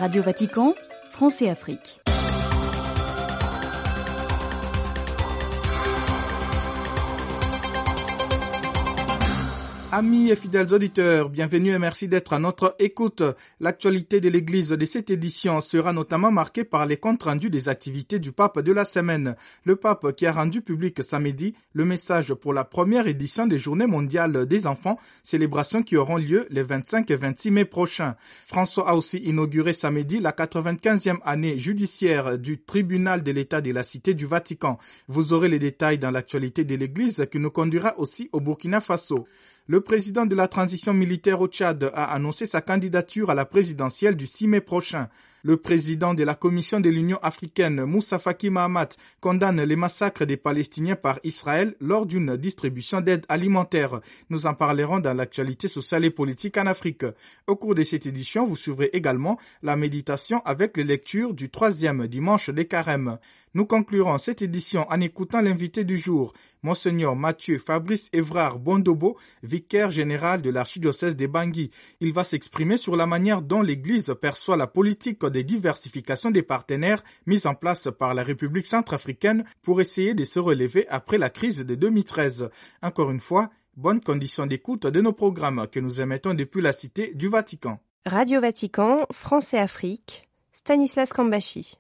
Radio Vatican, France et Afrique. Amis et fidèles auditeurs, bienvenue et merci d'être à notre écoute. L'actualité de l'Église de cette édition sera notamment marquée par les comptes rendus des activités du pape de la semaine. Le pape qui a rendu public samedi le message pour la première édition des Journées mondiales des enfants, célébrations qui auront lieu les 25 et 26 mai prochains. François a aussi inauguré samedi la 95e année judiciaire du tribunal de l'État de la Cité du Vatican. Vous aurez les détails dans l'actualité de l'Église qui nous conduira aussi au Burkina Faso. Le président de la transition militaire au Tchad a annoncé sa candidature à la présidentielle du 6 mai prochain. Le président de la Commission de l'Union africaine, Moussa Faki Mahamat, condamne les massacres des Palestiniens par Israël lors d'une distribution d'aide alimentaire. Nous en parlerons dans l'actualité sociale et politique en Afrique. Au cours de cette édition, vous suivrez également la méditation avec les lectures du 3e dimanche des Carême. Nous conclurons cette édition en écoutant l'invité du jour, Monseigneur Mathieu Fabrice Évrard Bondobo, vicaire général de l'archidiocèse de Bangui. Il va s'exprimer sur la manière dont l'Église perçoit la politique de diversification des partenaires mise en place par la République centrafricaine pour essayer de se relever après la crise de 2013. Encore une fois, bonne condition d'écoute de nos programmes que nous émettons depuis la Cité du Vatican. Radio Vatican, France et Afrique, Stanislas Kambashi.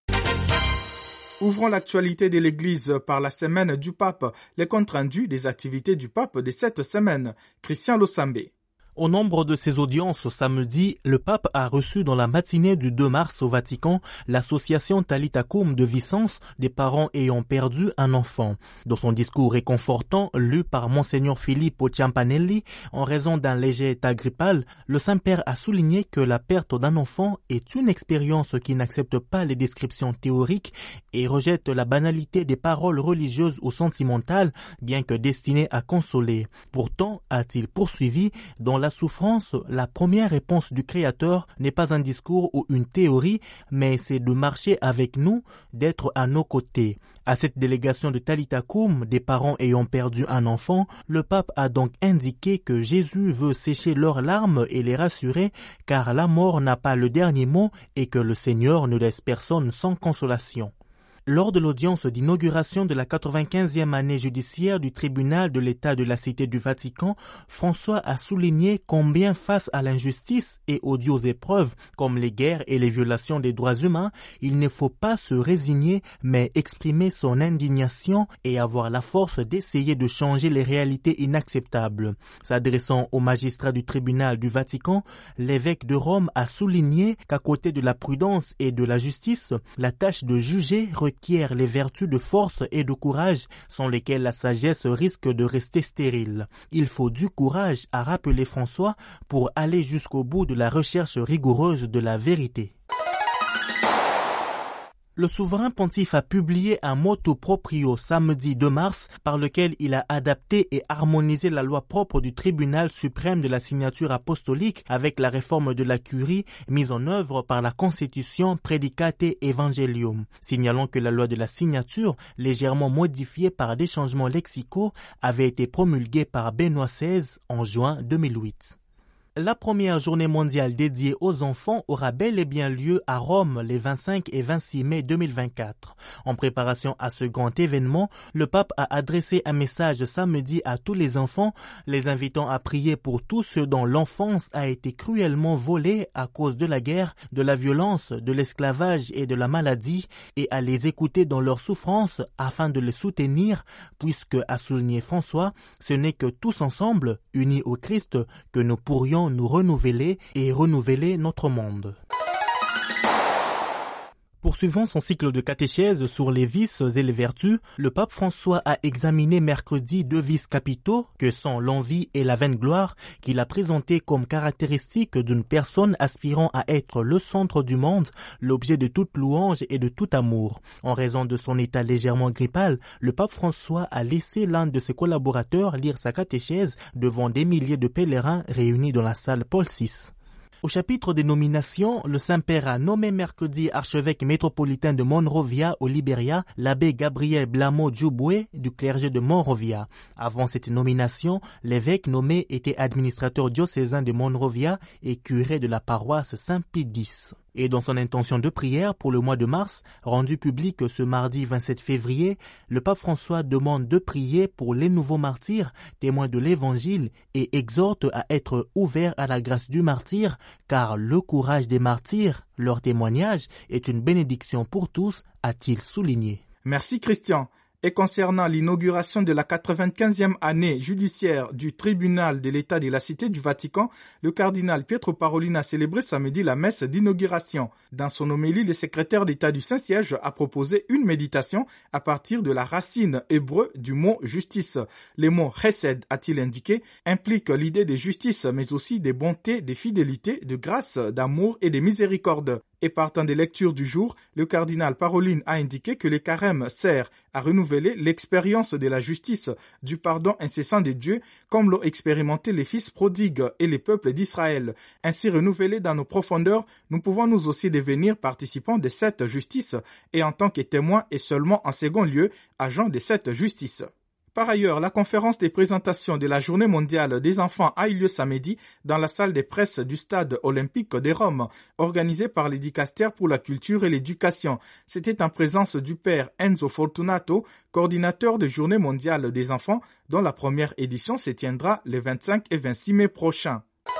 Ouvrons l'actualité de l'Église par la semaine du pape, les comptes rendus des activités du pape de cette semaine. Christian Losambé. Au nombre de ses audiences samedi, le pape a reçu dans la matinée du 2 mars au Vatican l'association Talitha Koum de Vicence des parents ayant perdu un enfant. Dans son discours réconfortant lu par Monseigneur Filippo Ciampanelli en raison d'un léger état grippal, le Saint-Père a souligné que la perte d'un enfant est une expérience qui n'accepte pas les descriptions théoriques et rejette la banalité des paroles religieuses ou sentimentales, bien que destinées à consoler. Pourtant, a-t-il poursuivi, dans la souffrance, la première réponse du Créateur n'est pas un discours ou une théorie, mais c'est de marcher avec nous, d'être à nos côtés. À cette délégation de Talitha Koum, des parents ayant perdu un enfant, le pape a donc indiqué que Jésus veut sécher leurs larmes et les rassurer, car la mort n'a pas le dernier mot et que le Seigneur ne laisse personne sans consolation. Lors de l'audience d'inauguration de la 95e année judiciaire du tribunal de l'État de la Cité du Vatican, François a souligné combien face à l'injustice et aux dures épreuves, comme les guerres et les violations des droits humains, il ne faut pas se résigner, mais exprimer son indignation et avoir la force d'essayer de changer les réalités inacceptables. S'adressant aux magistrats du tribunal du Vatican, l'évêque de Rome a souligné qu'à côté de la prudence et de la justice, la tâche de juger requiert les vertus de force et de courage sans lesquelles la sagesse risque de rester stérile. Il faut du courage, a rappelé François, pour aller jusqu'au bout de la recherche rigoureuse de la vérité. Le souverain pontife a publié un motu proprio samedi 2 mars par lequel il a adapté et harmonisé la loi propre du tribunal suprême de la signature apostolique avec la réforme de la curie mise en œuvre par la Constitution Praedicate Evangelium, signalant que la loi de la signature, légèrement modifiée par des changements lexicaux, avait été promulguée par Benoît XVI en juin 2008. La première journée mondiale dédiée aux enfants aura bel et bien lieu à Rome les 25 et 26 mai 2024. En préparation à ce grand événement, le pape a adressé un message samedi à tous les enfants, les invitant à prier pour tous ceux dont l'enfance a été cruellement volée à cause de la guerre, de la violence, de l'esclavage et de la maladie, et à les écouter dans leur souffrance afin de les soutenir, puisque, a souligné François, ce n'est que tous ensemble, unis au Christ, que nous pourrions nous renouveler et renouveler notre monde. Poursuivant son cycle de catéchèse sur les vices et les vertus, le pape François a examiné mercredi 2 vices capitaux que sont l'envie et la vaine gloire qu'il a présentés comme caractéristiques d'une personne aspirant à être le centre du monde, l'objet de toute louange et de tout amour. En raison de son état légèrement grippal, le pape François a laissé l'un de ses collaborateurs lire sa catéchèse devant des milliers de pèlerins réunis dans la salle Paul VI. Au chapitre des nominations, le Saint-Père a nommé mercredi archevêque métropolitain de Monrovia au Libéria l'abbé Gabriel Blamo Djouboué du clergé de Monrovia. Avant cette nomination, l'évêque nommé était administrateur diocésain de Monrovia et curé de la paroisse Saint-Pie X. Et dans son intention de prière pour le mois de mars, rendue publique ce mardi 27 février, le pape François demande de prier pour les nouveaux martyrs, témoins de l'Évangile, et exhorte à être ouverts à la grâce du martyr, car le courage des martyrs, leur témoignage, est une bénédiction pour tous, a-t-il souligné. Merci Christian. Et concernant l'inauguration de la 95e année judiciaire du tribunal de l'État de la Cité du Vatican, le cardinal Pietro Parolin a célébré samedi la messe d'inauguration. Dans son homélie, le secrétaire d'État du Saint-Siège a proposé une méditation à partir de la racine hébreu du mot justice. Les mots chesed, a-t-il indiqué, impliquent l'idée de justice, mais aussi de bonté, de fidélité, de grâce, d'amour et de miséricorde. Et partant des lectures du jour, le cardinal Parolin a indiqué que le carême sert à renouveler l'expérience de la justice, du pardon incessant de Dieu, comme l'ont expérimenté les fils prodigues et les peuples d'Israël. Ainsi renouvelés dans nos profondeurs, nous pouvons nous aussi devenir participants de cette justice et en tant que témoins et seulement en second lieu, agents de cette justice. Par ailleurs, la conférence des présentations de la Journée mondiale des enfants a eu lieu samedi dans la salle des presses du stade olympique de Rome, organisée par le Dicaster pour la culture et l'éducation. C'était en présence du père Enzo Fortunato, coordinateur de Journée mondiale des enfants, dont la première édition se tiendra les 25 et 26 mai prochains.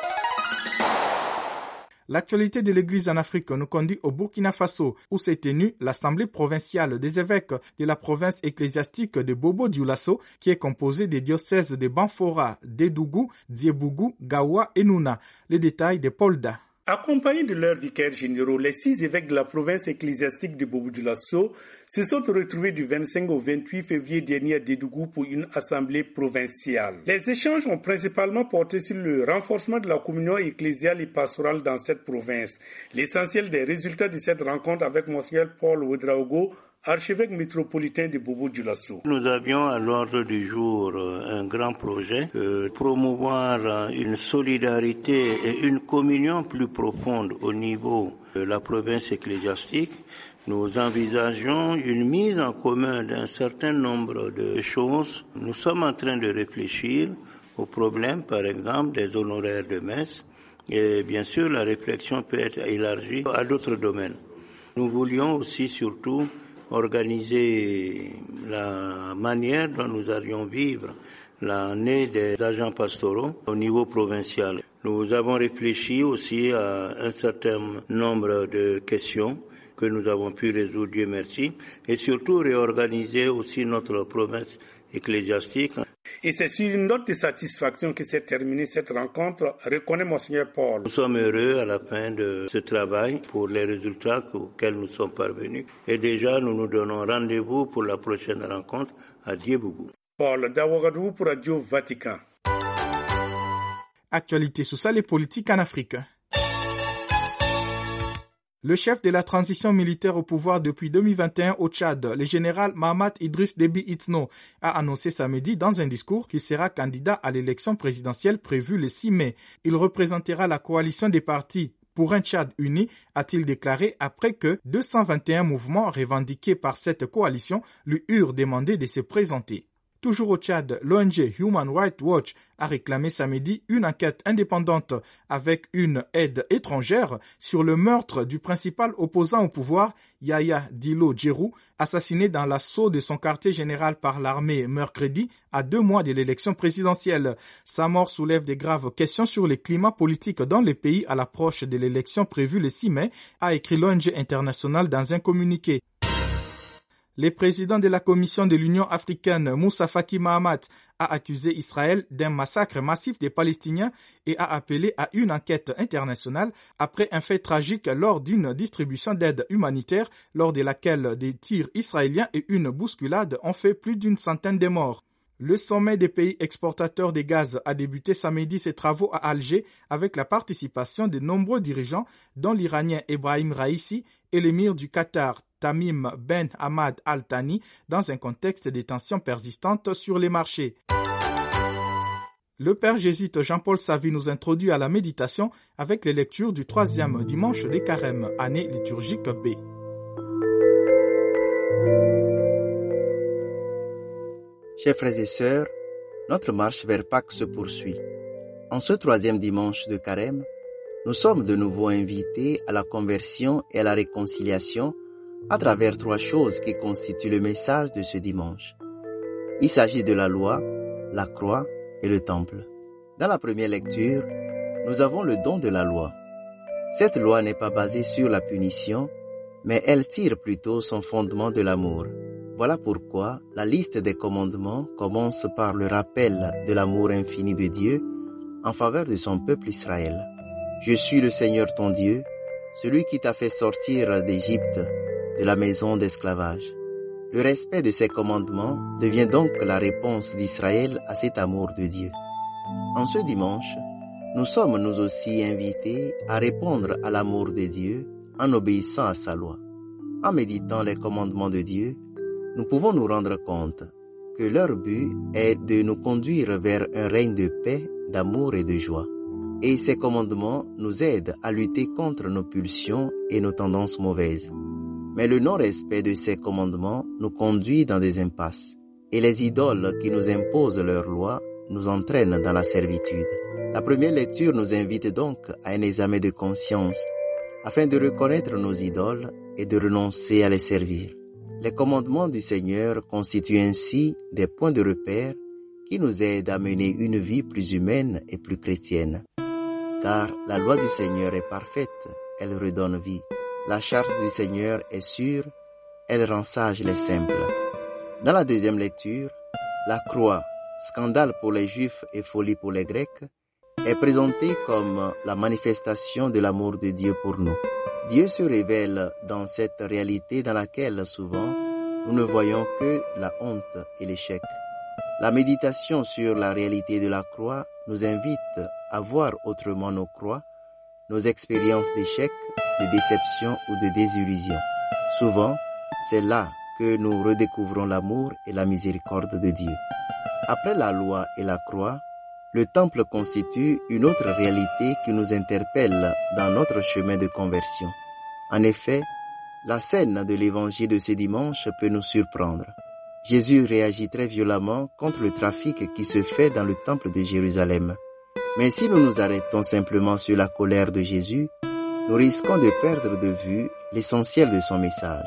L'actualité de l'Église en Afrique nous conduit au Burkina Faso, où s'est tenue l'Assemblée provinciale des évêques de la province ecclésiastique de Bobo-Dioulasso, qui est composée des diocèses de Banfora, d'Edougou, Diebougou, Gawa et Nouna. Les détails de Polda. Accompagnés de leurs vicaires généraux, les 6 évêques de la province ecclésiastique de Bobo-Dioulasso se sont retrouvés du 25 au 28 février dernier à Dédougou pour une assemblée provinciale. Les échanges ont principalement porté sur le renforcement de la communion ecclésiale et pastorale dans cette province. L'essentiel des résultats de cette rencontre avec Monseigneur Paul Ouedraogo, archevêque métropolitain de Bobo-Dioulasso. Nous avions à l'ordre du jour un grand projet, promouvoir une solidarité et une communion plus profonde au niveau de la province ecclésiastique. Nous envisageons une mise en commun d'un certain nombre de choses. Nous sommes en train de réfléchir au problème, par exemple, des honoraires de messe. Et bien sûr, la réflexion peut être élargie à d'autres domaines. Nous voulions aussi surtout organiser la manière dont nous allions vivre l'année des agents pastoraux au niveau provincial. Nous avons réfléchi aussi à un certain nombre de questions que nous avons pu résoudre, Dieu merci, et surtout réorganiser aussi notre province ecclésiastique. Et c'est sur une note de satisfaction que s'est terminée cette rencontre, reconnaît Monseigneur Paul. Nous sommes heureux à la fin de ce travail pour les résultats auxquels nous sommes parvenus. Et déjà, nous nous donnons rendez-vous pour la prochaine rencontre à Diebougou. Paul Dawagadou pour Radio Vatican. Actualité sociale et politique en Afrique. Le chef de la transition militaire au pouvoir depuis 2021 au Tchad, le général Mahamat Idriss Déby Itno, a annoncé samedi dans un discours qu'il sera candidat à l'élection présidentielle prévue le 6 mai. Il représentera la coalition des partis pour un Tchad uni, a-t-il déclaré après que 221 mouvements revendiqués par cette coalition lui eurent demandé de se présenter. Toujours au Tchad, l'ONG Human Rights Watch a réclamé samedi une enquête indépendante avec une aide étrangère sur le meurtre du principal opposant au pouvoir, Yaya Dilo Djerou, assassiné dans l'assaut de son quartier général par l'armée mercredi à 2 mois de l'élection présidentielle. Sa mort soulève de graves questions sur le climat politique dans le pays à l'approche de l'élection prévue le 6 mai, a écrit l'ONG internationale dans un communiqué. Le président de la Commission de l'Union africaine, Moussa Faki Mahamat, a accusé Israël d'un massacre massif des Palestiniens et a appelé à une enquête internationale après un fait tragique lors d'une distribution d'aide humanitaire lors de laquelle des tirs israéliens et une bousculade ont fait plus d'une centaine de morts. Le sommet des pays exportateurs de gaz a débuté samedi ses travaux à Alger avec la participation de nombreux dirigeants, dont l'Iranien Ebrahim Raïssi et l'émir du Qatar, Tamim Ben Hamad Al Thani, dans un contexte de tensions persistantes sur les marchés. Le père jésuite Jean-Paul Savy nous introduit à la méditation avec les lectures du 3e dimanche des Carême, année liturgique B. Chers frères et sœurs, notre marche vers Pâques se poursuit. En ce 3e dimanche de Carême, Nous sommes de nouveau invités à la conversion et à la réconciliation à travers 3 choses qui constituent le message de ce dimanche. Il s'agit de la loi, la croix et le temple. Dans la première lecture, nous avons le don de la loi. Cette loi n'est pas basée sur la punition, mais elle tire plutôt son fondement de l'amour. Voilà pourquoi la liste des commandements commence par le rappel de l'amour infini de Dieu en faveur de son peuple Israël. Je suis le Seigneur ton Dieu, celui qui t'a fait sortir d'Égypte, de la maison d'esclavage. Le respect de ces commandements devient donc la réponse d'Israël à cet amour de Dieu. En ce dimanche, nous sommes nous aussi invités à répondre à l'amour de Dieu en obéissant à sa loi. En méditant les commandements de Dieu, nous pouvons nous rendre compte que leur but est de nous conduire vers un règne de paix, d'amour et de joie. Et ces commandements nous aident à lutter contre nos pulsions et nos tendances mauvaises. Mais le non-respect de ces commandements nous conduit dans des impasses. Et les idoles qui nous imposent leurs lois nous entraînent dans la servitude. La première lecture nous invite donc à un examen de conscience afin de reconnaître nos idoles et de renoncer à les servir. Les commandements du Seigneur constituent ainsi des points de repère qui nous aident à mener une vie plus humaine et plus chrétienne. Car la loi du Seigneur est parfaite, elle redonne vie. La charte du Seigneur est sûre, elle rend sages les simples. Dans la deuxième lecture, la croix, scandale pour les Juifs et folie pour les Grecs, est présentée comme la manifestation de l'amour de Dieu pour nous. Dieu se révèle dans cette réalité dans laquelle souvent nous ne voyons que la honte et l'échec. La méditation sur la réalité de la croix nous invite à voir autrement nos croix, nos expériences d'échec, de déception ou de désillusion. Souvent, c'est là que nous redécouvrons l'amour et la miséricorde de Dieu. Après la loi et la croix, le temple constitue une autre réalité qui nous interpelle dans notre chemin de conversion. En effet, la scène de l'évangile de ce dimanche peut nous surprendre. Jésus réagit très violemment contre le trafic qui se fait dans le temple de Jérusalem. Mais si nous nous arrêtons simplement sur la colère de Jésus, nous risquons de perdre de vue l'essentiel de son message.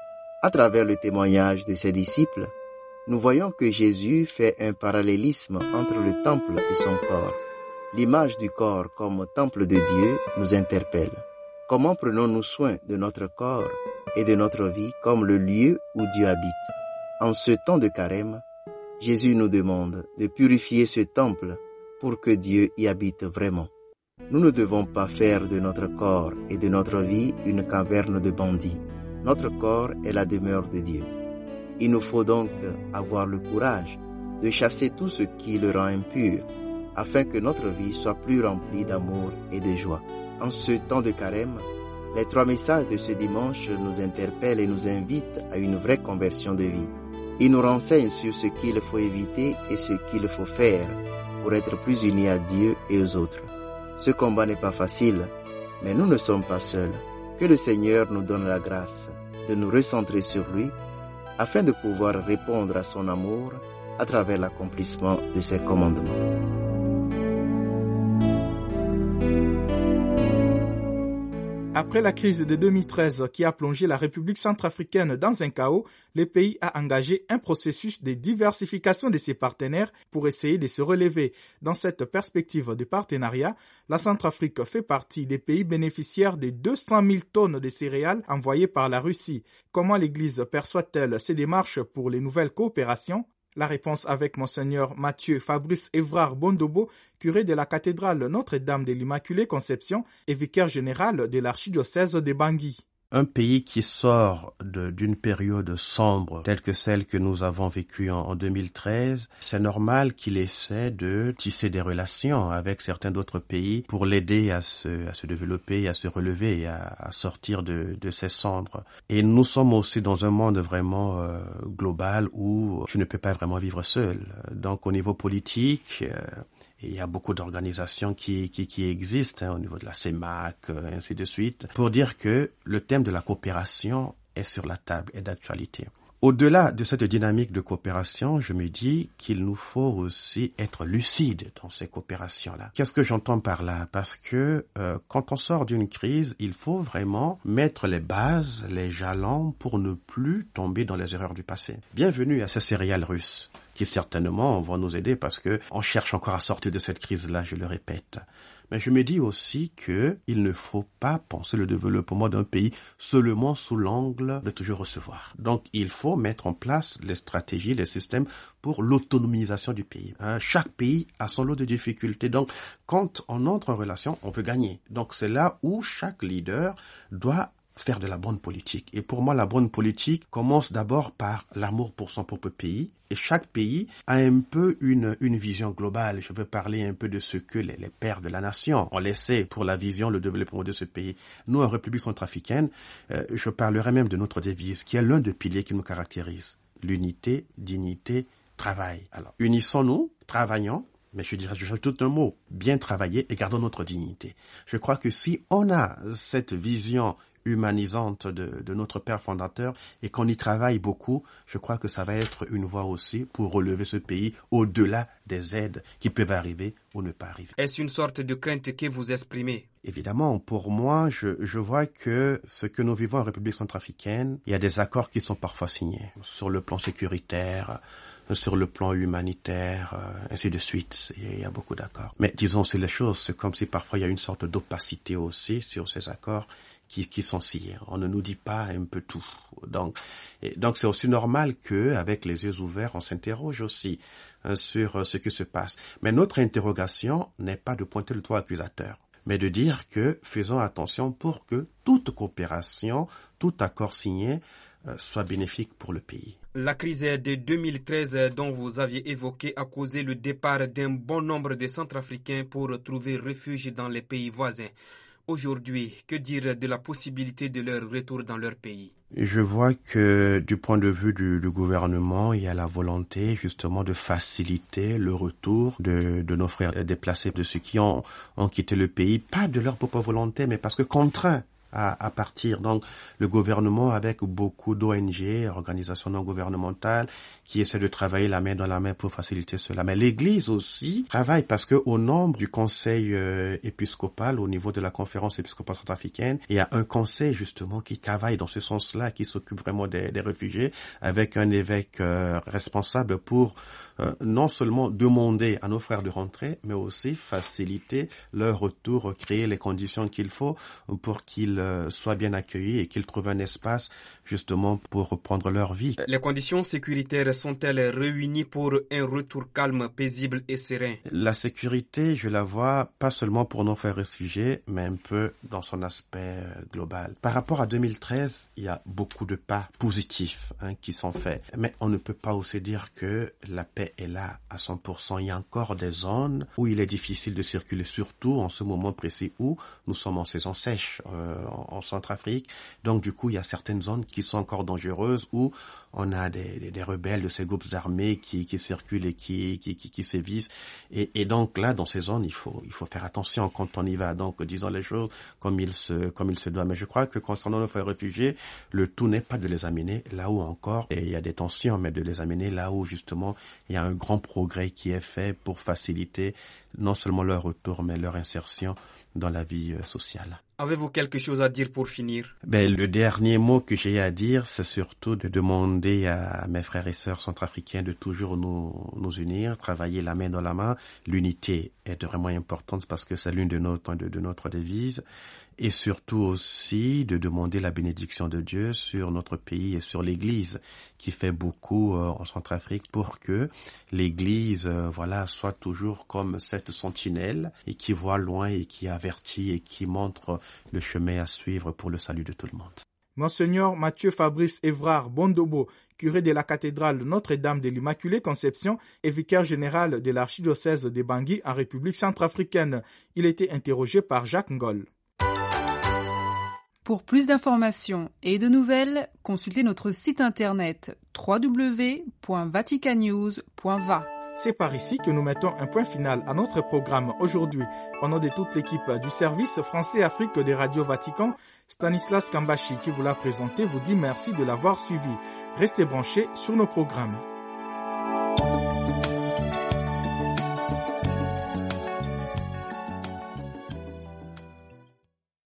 À travers le témoignage de ses disciples, nous voyons que Jésus fait un parallélisme entre le temple et son corps. L'image du corps comme temple de Dieu nous interpelle. Comment prenons-nous soin de notre corps et de notre vie comme le lieu où Dieu habite? En ce temps de carême, Jésus nous demande de purifier ce temple pour que Dieu y habite vraiment. Nous ne devons pas faire de notre corps et de notre vie une caverne de bandits. Notre corps est la demeure de Dieu. Il nous faut donc avoir le courage de chasser tout ce qui le rend impur, afin que notre vie soit plus remplie d'amour et de joie. En ce temps de carême, les 3 messages de ce dimanche nous interpellent et nous invitent à une vraie conversion de vie. Ils nous renseignent sur ce qu'il faut éviter et ce qu'il faut faire pour être plus unis à Dieu et aux autres. Ce combat n'est pas facile, mais nous ne sommes pas seuls. Que le Seigneur nous donne la grâce de nous recentrer sur lui afin de pouvoir répondre à son amour à travers l'accomplissement de ses commandements. Après la crise de 2013 qui a plongé la République centrafricaine dans un chaos, le pays a engagé un processus de diversification de ses partenaires pour essayer de se relever. Dans cette perspective de partenariat, la Centrafrique fait partie des pays bénéficiaires de 200 000 tonnes de céréales envoyées par la Russie. Comment l'Église perçoit-elle ces démarches pour les nouvelles coopérations? La réponse avec Monseigneur Mathieu Fabrice Évrard Bondobo, curé de la cathédrale Notre-Dame de l'Immaculée Conception et vicaire général de l'archidiocèse de Bangui. Un pays qui sort d'une période sombre telle que celle que nous avons vécue en 2013, c'est normal qu'il essaie de tisser des relations avec certains d'autres pays pour l'aider à se développer, à se relever, à sortir de ces cendres. Et nous sommes aussi dans un monde vraiment global où tu ne peux pas vraiment vivre seul. Donc au niveau politique, il y a beaucoup d'organisations qui existent au niveau de la CEMAC, ainsi de suite, pour dire que le thème de la coopération est sur la table et d'actualité. Au-delà de cette dynamique de coopération, je me dis qu'il nous faut aussi être lucide dans ces coopérations-là. Qu'est-ce que j'entends par là? Parce que quand on sort d'une crise, il faut vraiment mettre les bases, les jalons pour ne plus tomber dans les erreurs du passé. Bienvenue à ces céréales russes qui certainement vont nous aider parce que on cherche encore à sortir de cette crise-là, je le répète. Mais je me dis aussi que il ne faut pas penser le développement d'un pays seulement sous l'angle de toujours recevoir. Donc, il faut mettre en place les stratégies, les systèmes pour l'autonomisation du pays. Chaque pays a son lot de difficultés. Donc, quand on entre en relation, on veut gagner. Donc, c'est là où chaque leader doit faire de la bonne politique. Et pour moi, la bonne politique commence d'abord par l'amour pour son propre pays. Et chaque pays a un peu une vision globale. Je veux parler un peu de ce que les pères de la nation ont laissé pour la vision, le développement de ce pays. Nous, en République centrafricaine, je parlerai même de notre devise, qui est l'un des piliers qui nous caractérise. L'unité, dignité, travail. Alors, unissons-nous, travaillons. Mais j'ajoute un mot, bien travailler et gardons notre dignité. Je crois que si on a cette vision humanisante de notre père fondateur et qu'on y travaille beaucoup, je crois que ça va être une voie aussi pour relever ce pays au-delà des aides qui peuvent arriver ou ne pas arriver. Est-ce une sorte de crainte que vous exprimez? Évidemment, pour moi, je vois que ce que nous vivons en République centrafricaine, il y a des accords qui sont parfois signés sur le plan sécuritaire, sur le plan humanitaire, ainsi de suite. Il y a beaucoup d'accords. Mais disons, c'est les choses, c'est comme si parfois il y a une sorte d'opacité aussi sur ces accords qui sont signés. On ne nous dit pas un peu tout. Donc c'est aussi normal que, avec les yeux ouverts, on s'interroge aussi sur ce qui se passe. Mais notre interrogation n'est pas de pointer le doigt accusateur, mais de dire que faisons attention pour que toute coopération, tout accord signé soit bénéfique pour le pays. La crise de 2013 dont vous aviez évoqué a causé le départ d'un bon nombre de Centrafricains pour trouver refuge dans les pays voisins. Aujourd'hui, que dire de la possibilité de leur retour dans leur pays? Je vois que du point de vue du gouvernement, il y a la volonté justement de faciliter le retour de nos frères déplacés, de ceux qui ont quitté le pays, pas de leur propre volonté, mais parce que contraints à partir. Donc, le gouvernement, avec beaucoup d'ONG, organisations non gouvernementales, qui essaient de travailler la main dans la main pour faciliter cela. Mais l'Église aussi travaille parce que au nombre du conseil épiscopal, au niveau de la conférence épiscopale centrafricaine, il y a un conseil justement qui travaille dans ce sens-là, qui s'occupe vraiment des réfugiés, avec un évêque responsable pour non seulement demander à nos frères de rentrer, mais aussi faciliter leur retour, créer les conditions qu'il faut pour qu'ils soient bien accueillis et qu'ils trouvent un espace justement pour reprendre leur vie. Les conditions sécuritaires sont-elles réunies pour un retour calme, paisible et serein? La sécurité, je la vois pas seulement pour nos frères réfugiés, mais un peu dans son aspect global. Par rapport à 2013, il y a beaucoup de pas positifs qui sont faits. Mais on ne peut pas aussi dire que la paix est là à 100%. Il y a encore des zones où il est difficile de circuler, surtout en ce moment précis où nous sommes en saison sèche en Centrafrique. Donc du coup, il y a certaines zones qui sont encore dangereuses où on a des rebelles de ces groupes armés qui circulent et qui sévissent. Et donc là, dans ces zones, il faut faire attention quand on y va. Donc, disons les choses comme il se doit. Mais je crois que concernant nos frères réfugiés, le tout n'est pas de les amener là où encore il y a des tensions, mais de les amener là où justement il y a un grand progrès qui est fait pour faciliter non seulement leur retour, mais leur insertion dans la vie sociale. Avez-vous quelque chose à dire pour finir? Le dernier mot que j'ai à dire, c'est surtout de demander à mes frères et sœurs centrafricains de toujours nous unir, travailler la main dans la main. L'unité est vraiment importante parce que c'est l'une de notre devise. Et surtout aussi de demander la bénédiction de Dieu sur notre pays et sur l'Église qui fait beaucoup en Centrafrique pour que l'Église soit toujours comme cette sentinelle et qui voit loin et qui avertit et qui montre le chemin à suivre pour le salut de tout le monde. Monseigneur Mathieu Fabrice Évrard Bondobo, curé de la cathédrale Notre-Dame de l'Immaculée Conception et vicaire général de l'archidiocèse de Bangui en République centrafricaine. Il était interrogé par Jacques Ngol. Pour plus d'informations et de nouvelles, consultez notre site internet www.vaticanews.va. C'est par ici que nous mettons un point final à notre programme aujourd'hui. Au nom de toute l'équipe du service français Afrique de Radio Vatican, Stanislas Kambashi qui vous l'a présenté vous dit merci de l'avoir suivi. Restez branchés sur nos programmes.